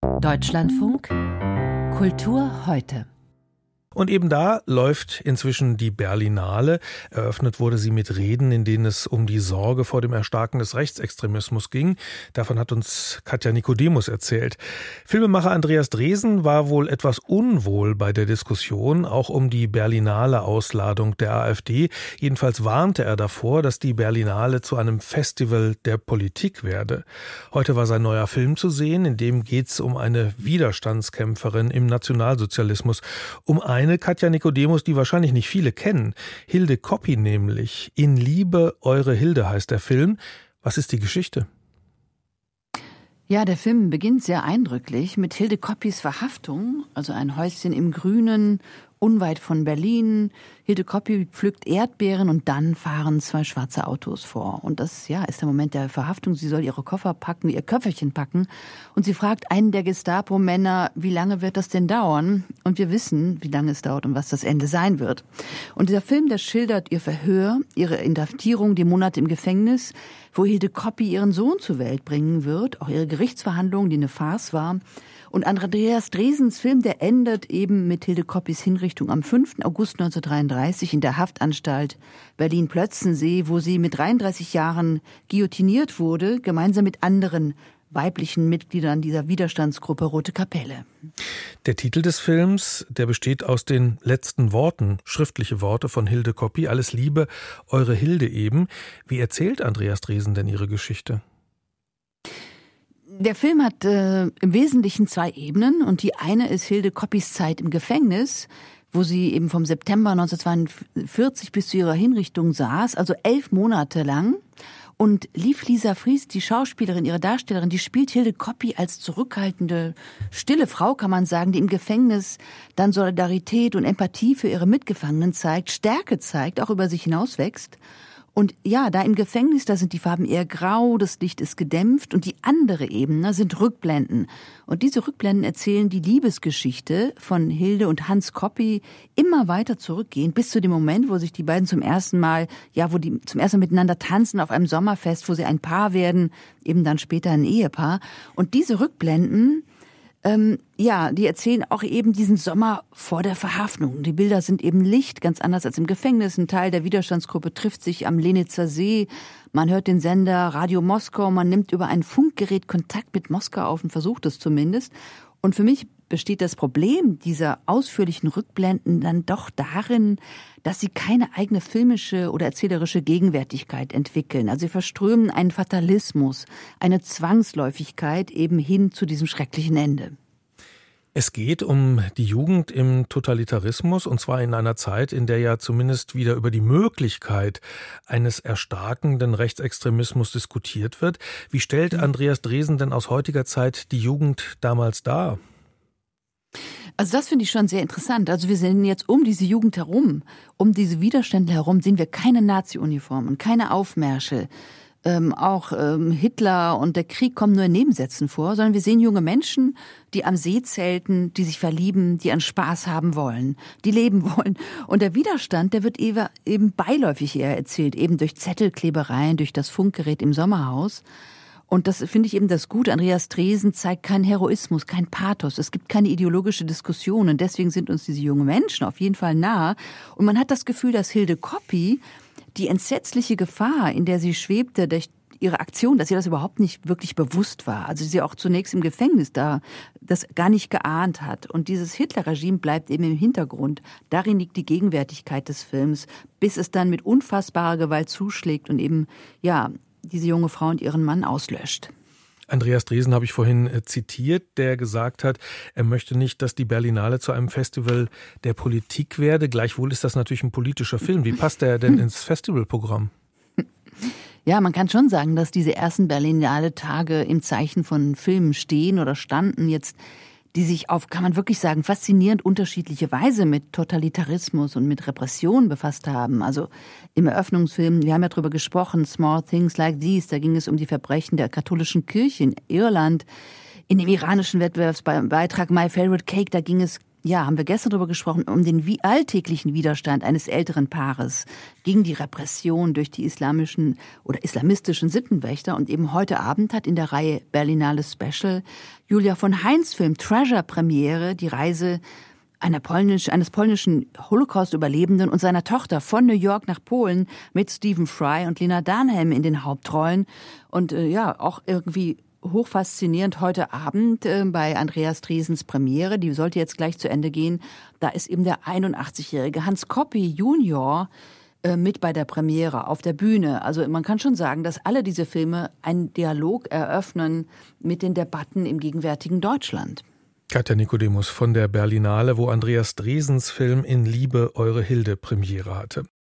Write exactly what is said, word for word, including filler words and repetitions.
Deutschlandfunk Kultur heute. Und eben da läuft inzwischen die Berlinale. Eröffnet wurde sie mit Reden, in denen es um die Sorge vor dem Erstarken des Rechtsextremismus ging. Davon hat uns Katja Nikodemus erzählt. Filmemacher Andreas Dresen war wohl etwas unwohl bei der Diskussion, auch um die Berlinale-Ausladung der AfD. Jedenfalls warnte er davor, dass die Berlinale zu einem Festival der Politik werde. Heute war sein neuer Film zu sehen, in dem geht es um eine Widerstandskämpferin im Nationalsozialismus, um eine Eine Katja Nikodemus, die wahrscheinlich nicht viele kennen. Hilde Koppi nämlich. In Liebe, eure Hilde heißt der Film. Was ist die Geschichte? Ja, der Film beginnt sehr eindrücklich mit Hilde Koppis Verhaftung, also ein Häuschen im Grünen, unweit von Berlin. Hilde Koppi pflückt Erdbeeren und dann fahren zwei schwarze Autos vor. Und das, ja, ist der Moment der Verhaftung. Sie soll ihre Koffer packen, ihr Köfferchen packen. Und sie fragt einen der Gestapo-Männer, wie lange wird das denn dauern? Und wir wissen, wie lange es dauert und was das Ende sein wird. Und dieser Film, der schildert ihr Verhör, ihre Inhaftierung, die Monate im Gefängnis, wo Hilde Koppi ihren Sohn zur Welt bringen wird, auch ihre Gerichtsverhandlung, die eine Farce war. Und Andreas Dresens Film, der endet eben mit Hilde Koppis Hinrichtung am fünften August neunzehnhundertdreiunddreißig in der Haftanstalt Berlin-Plötzensee, wo sie mit dreiunddreißig Jahren guillotiniert wurde, gemeinsam mit anderen weiblichen Mitgliedern dieser Widerstandsgruppe Rote Kapelle. Der Titel des Films, der besteht aus den letzten Worten, schriftliche Worte von Hilde Koppi. Alles Liebe, eure Hilde eben. Wie erzählt Andreas Dresen denn ihre Geschichte? Der Film hat äh, im Wesentlichen zwei Ebenen und die eine ist Hilde Koppis Zeit im Gefängnis, wo sie eben vom September neunzehnhundertzweiundvierzig bis zu ihrer Hinrichtung saß, also elf Monate lang. Und Liv Lisa Fries, die Schauspielerin, ihre Darstellerin, die spielt Hilde Koppi als zurückhaltende, stille Frau, kann man sagen, die im Gefängnis dann Solidarität und Empathie für ihre Mitgefangenen zeigt, Stärke zeigt, auch über sich hinauswächst. Und ja, da im Gefängnis, da sind die Farben eher grau, das Licht ist gedämpft und die andere Ebene sind Rückblenden. Und diese Rückblenden erzählen die Liebesgeschichte von Hilde und Hans Koppi immer weiter zurückgehend bis zu dem Moment, wo sich die beiden zum ersten Mal, ja, wo die zum ersten Mal miteinander tanzen auf einem Sommerfest, wo sie ein Paar werden, eben dann später ein Ehepaar. Und diese Rückblenden, Ähm, ja, die erzählen auch eben diesen Sommer vor der Verhaftung. Die Bilder sind eben Licht, ganz anders als im Gefängnis. Ein Teil der Widerstandsgruppe trifft sich am Lenitzer See. Man hört den Sender Radio Moskau. Man nimmt über ein Funkgerät Kontakt mit Moskau auf und versucht es zumindest. Und für mich besteht das Problem dieser ausführlichen Rückblenden dann doch darin, dass sie keine eigene filmische oder erzählerische Gegenwärtigkeit entwickeln. Also sie verströmen einen Fatalismus, eine Zwangsläufigkeit eben hin zu diesem schrecklichen Ende. Es geht um die Jugend im Totalitarismus, und zwar in einer Zeit, in der ja zumindest wieder über die Möglichkeit eines erstarkenden Rechtsextremismus diskutiert wird. Wie stellt Andreas Dresen denn aus heutiger Zeit die Jugend damals dar? Also das finde ich schon sehr interessant. Also wir sehen jetzt um diese Jugend herum, um diese Widerstände herum, sehen wir keine Nazi-Uniformen, keine Aufmärsche. Ähm, auch ähm, Hitler und der Krieg kommen nur in Nebensätzen vor, sondern wir sehen junge Menschen, die am See zelten, die sich verlieben, die einen Spaß haben wollen, die leben wollen. Und der Widerstand, der wird eben beiläufig eher erzählt, eben durch Zettelklebereien, durch das Funkgerät im Sommerhaus. Und das finde ich eben das Gute. Andreas Dresen zeigt keinen Heroismus, kein Pathos. Es gibt keine ideologische Diskussion. Und deswegen sind uns diese jungen Menschen auf jeden Fall nahe. Und man hat das Gefühl, dass Hilde Koppi die entsetzliche Gefahr, in der sie schwebte, durch ihre Aktion, dass ihr das überhaupt nicht wirklich bewusst war. Also sie auch zunächst im Gefängnis da das gar nicht geahnt hat. Und dieses Hitler-Regime bleibt eben im Hintergrund. Darin liegt die Gegenwärtigkeit des Films, bis es dann mit unfassbarer Gewalt zuschlägt und eben, ja, diese junge Frau und ihren Mann auslöscht. Andreas Dresen habe ich vorhin zitiert, der gesagt hat, er möchte nicht, dass die Berlinale zu einem Festival der Politik werde. Gleichwohl ist das natürlich ein politischer Film. Wie passt der denn ins Festivalprogramm? Ja, man kann schon sagen, dass diese ersten Berlinale-Tage im Zeichen von Filmen stehen oder standen jetzt, die sich auf, kann man wirklich sagen, faszinierend unterschiedliche Weise mit Totalitarismus und mit Repression befasst haben. Also im Eröffnungsfilm, wir haben ja drüber gesprochen, Small Things Like These, da ging es um die Verbrechen der katholischen Kirche in Irland. In dem iranischen Wettbewerbsbeitrag My Favorite Cake, da ging es ja, haben wir gestern darüber gesprochen, um den wie alltäglichen Widerstand eines älteren Paares gegen die Repression durch die islamischen oder islamistischen Sittenwächter. Und eben heute Abend hat in der Reihe Berlinale Special Julia von Heinz Film Treasure Premiere die Reise einer polnisch, eines polnischen Holocaust-Überlebenden und seiner Tochter von New York nach Polen mit Stephen Fry und Lena Dunham in den Hauptrollen. Und äh, ja, auch irgendwie hochfaszinierend heute Abend äh, bei Andreas Dresens Premiere, die sollte jetzt gleich zu Ende gehen. Da ist eben der einundachtzigjährige Hans Koppi Junior äh, mit bei der Premiere auf der Bühne. Also man kann schon sagen, dass alle diese Filme einen Dialog eröffnen mit den Debatten im gegenwärtigen Deutschland. Katja Nikodemus von der Berlinale, wo Andreas Dresens Film In Liebe eure Hilde Premiere hatte.